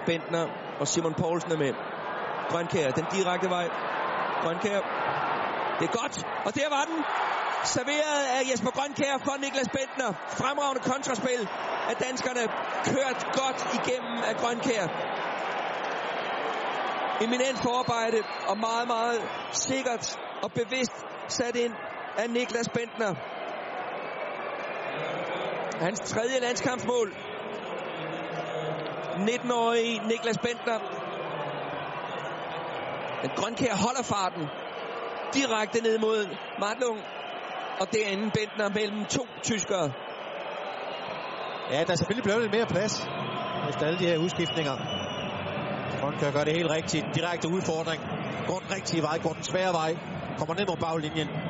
Bendtner og Simon Poulsen er med. Grønkjær, den direkte vej. Grønkjær. Det er godt, og der var den. Serveret af Jesper Grønkjær for Niklas Bendtner. Fremragende kontraspil af danskerne. Kørt godt igennem af Grønkjær. Eminent forarbejde og meget, meget sikkert og bevidst sat ind af Niklas Bendtner. Hans tredje landskampsmål. 19-årige Niklas Bendtner. Men Grønkjær holder farten direkte ned mod Martlung. Og derinde Bendtner mellem to tyskere. Ja, der er selvfølgelig blevet lidt mere plads efter alle de her udskiftninger. Grønkjær gør det helt rigtigt. Direkte udfordring. Går den rigtige vej, går den svære vej. Kommer ned mod baglinjen.